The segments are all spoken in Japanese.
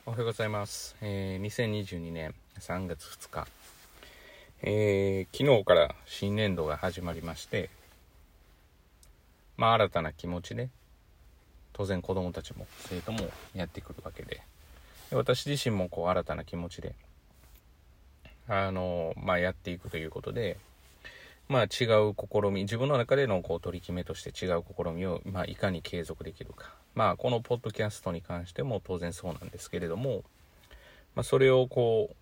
おはようございます。2022年3月2日、昨日から新年度が始まりまして、新たな気持ちで当然子どもたちも生徒もやってくるわけで、私自身も新たな気持ちでやっていくということで、違う試み、自分の中での取り決めとして違う試みをいかに継続できるか、このポッドキャストに関しても当然そうなんですけれども、それを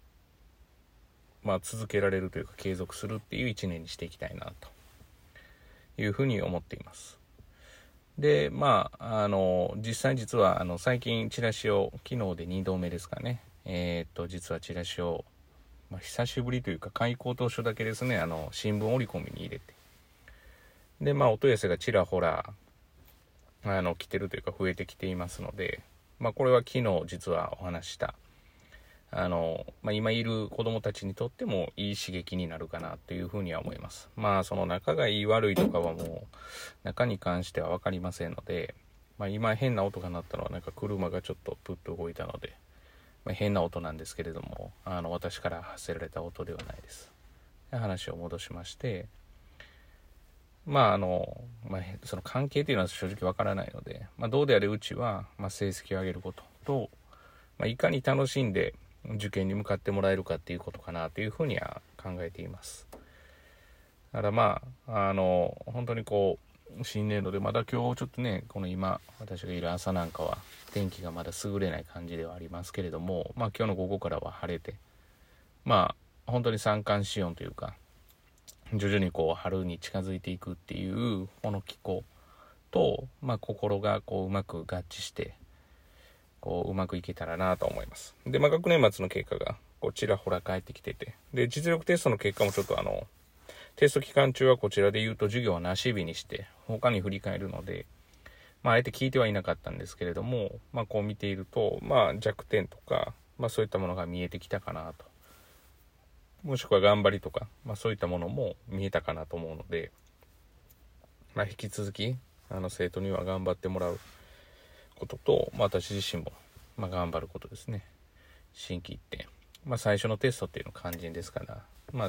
続けられるというか継続するっていう一年にしていきたいなというふうに思っています。で実は最近チラシを昨日で2度目ですかね、実はチラシを久しぶりというか開校当初だけですね、新聞折り込みに入れて、でお問い合わせがちらほら来てるというか増えてきていますので、これは昨日実はお話した今いる子どもたちにとってもいい刺激になるかなというふうには思います。その仲がいい悪いとかはもう中に関しては分かりませんので、今変な音が鳴ったのは車がちょっとプッと動いたので、変な音なんですけれども、私から発せられた音ではないです。話を戻しまして、その関係というのは正直わからないので、どうであれうちは、成績を上げることと、いかに楽しんで受験に向かってもらえるかっていうことかなというふうには考えています。だから本当に新年度でまだ今日ちょっとね、この今私がいる朝なんかは天気がまだ優れない感じではありますけれども、今日の午後からは晴れて、本当に三寒四温というか徐々に春に近づいていくっていうこの気候と、心がうまく合致してうまくいけたらなと思います。で、学年末の結果がちらほら返ってきてて、で実力テストの結果もちょっとテスト期間中はこちらで言うと授業はなし日にして他に振り返るので、あえて聞いてはいなかったんですけれども、見ていると弱点とかそういったものが見えてきたかなと、もしくは頑張りとかそういったものも見えたかなと思うので、引き続き生徒には頑張ってもらうことと、私自身も頑張ることですね。新規一点、最初のテストっていうのは肝心ですから、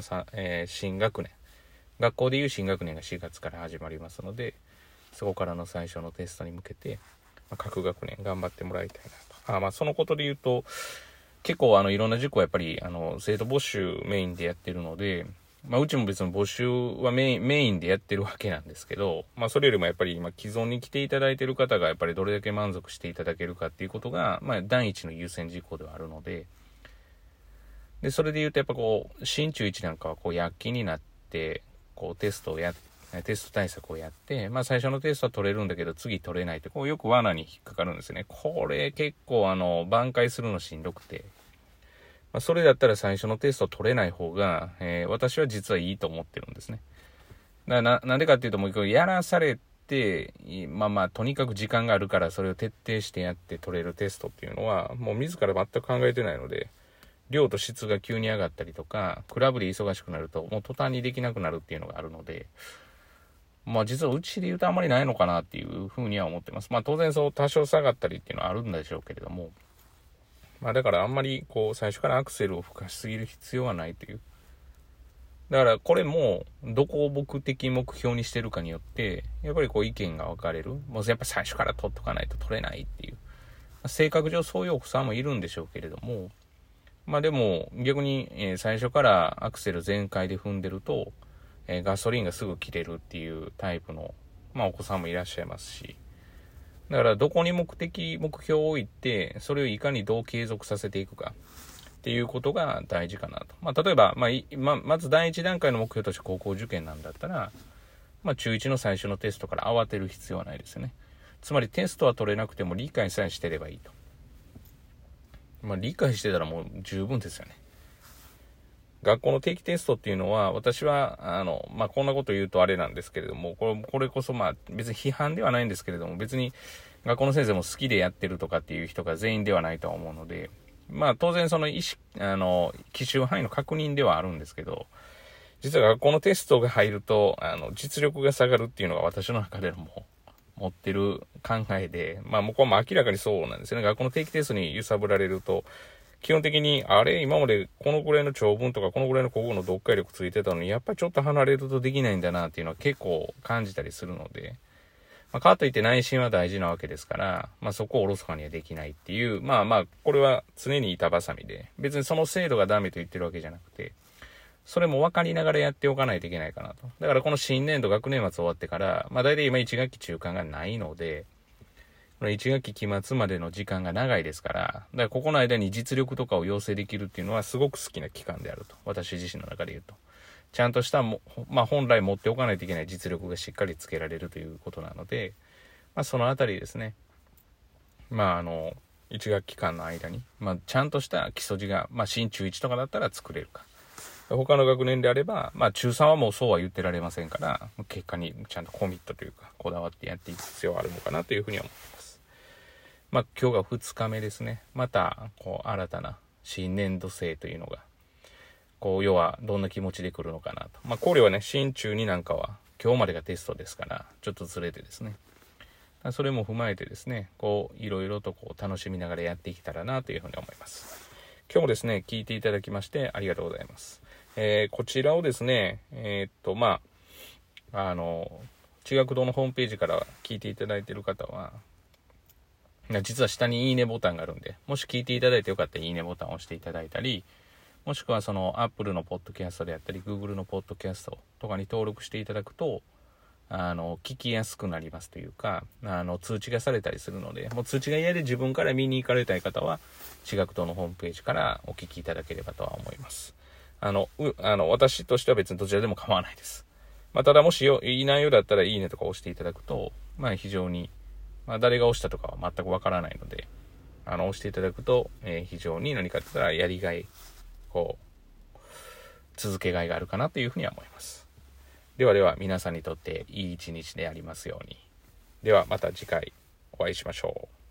新学年、学校でいう新学年が4月から始まりますので、そこからの最初のテストに向けて、各学年頑張ってもらいたいなと。そのことで言うと、結構いろんな塾はやっぱり生徒募集メインでやってるので、うちも別に募集はメインでやってるわけなんですけど、それよりもやっぱり今既存に来ていただいている方がやっぱりどれだけ満足していただけるかっていうことが、第一の優先事項ではあるので、それで言うとやっぱ新中1なんかは躍起になってテスト対策をやって、最初のテストは取れるんだけど次取れないってよく罠に引っかかるんですね。これ結構挽回するのしんどくて、それだったら最初のテスト取れない方が、私は実はいいと思ってるんですね。なんでかっていうと、もうやらされて、とにかく時間があるからそれを徹底してやって取れるテストっていうのはもう自ら全く考えてないので、量と質が急に上がったりとか、クラブで忙しくなるともう途端にできなくなるっていうのがあるので、実はうちで言うとあんまりないのかなっていうふうには思ってます。当然多少下がったりっていうのはあるんでしょうけれども、だからあんまり最初からアクセルを吹かしすぎる必要はないという。だからこれもどこを目的目標にしてるかによってやっぱり意見が分かれる。もうやっぱ最初から取っとかないと取れないっていう、性格上そういうお子さんもいるんでしょうけれども、でも逆に、最初からアクセル全開で踏んでると、ガソリンがすぐ切れるっていうタイプの、お子さんもいらっしゃいますし、だからどこに目標を置いてそれをいかにどう継続させていくかっていうことが大事かなと。例えば、まず第一段階の目標として高校受験なんだったら、中1の最初のテストから慌てる必要はないですよね。つまりテストは取れなくても理解さえしてればいいと。理解してたらもう十分ですよね。学校の定期テストっていうのは、私はこんなこと言うとあれなんですけれども、これこそ別に批判ではないんですけれども、別に学校の先生も好きでやってるとかっていう人が全員ではないとは思うので、当然その奇襲範囲の確認ではあるんですけど、実は学校のテストが入ると実力が下がるっていうのが私の中でのもう持ってる考えで、僕はもう明らかにそうなんですよね。学校の定期テストに揺さぶられると、基本的に、今までこのぐらいの長文とかこのぐらいの国語の読解力ついてたのに、やっぱりちょっと離れるとできないんだなっていうのは結構感じたりするので、かといって内心は大事なわけですから、そこをおろそかにはできないっていう、これは常に板挟みで、別にその制度がダメと言ってるわけじゃなくて、それも分かりながらやっておかないといけないかなと。だからこの新年度学年末終わってから、大体今1学期中間がないので、この1学期期末までの時間が長いですから、だからここの間に実力とかを養成できるっていうのはすごく好きな期間であると。私自身の中で言うと。ちゃんとした本来持っておかないといけない実力がしっかりつけられるということなので、そのあたりですね。1学期間の間に、ちゃんとした基礎字が、新中1とかだったら作れるか。他の学年であれば、中3はもうそうは言ってられませんから、結果にちゃんとコミットというか、こだわってやっていく必要はあるのかなというふうに思います。今日が2日目ですね。また、新たな新年度生というのが、要はどんな気持ちで来るのかなと。考慮はね、新中2なんかは、今日までがテストですから、ちょっとずれてですね。それも踏まえてですね、いろいろと楽しみながらやっていけたらなというふうに思います。今日もですね、聞いていただきましてありがとうございます。こちらをですね、地学堂のホームページから聞いていただいている方は、実は下にいいねボタンがあるんで、もし聞いていただいてよかったらいいねボタンを押していただいたり、もしくはその Apple のポッドキャストであったり、Google のポッドキャストとかに登録していただくと、聞きやすくなりますというか、通知がされたりするので、もう通知が嫌で自分から見に行かれたい方は、地学堂のホームページからお聞きいただければとは思います。私としては別にどちらでも構わないです。ただもしいい内容だったらいいねとか押していただくと、非常に、誰が押したとかは全くわからないので、押していただくと、非常に何かと言ったらやりがい、続けがいがあるかなというふうには思います。では皆さんにとっていい一日でありますように。ではまた次回お会いしましょう。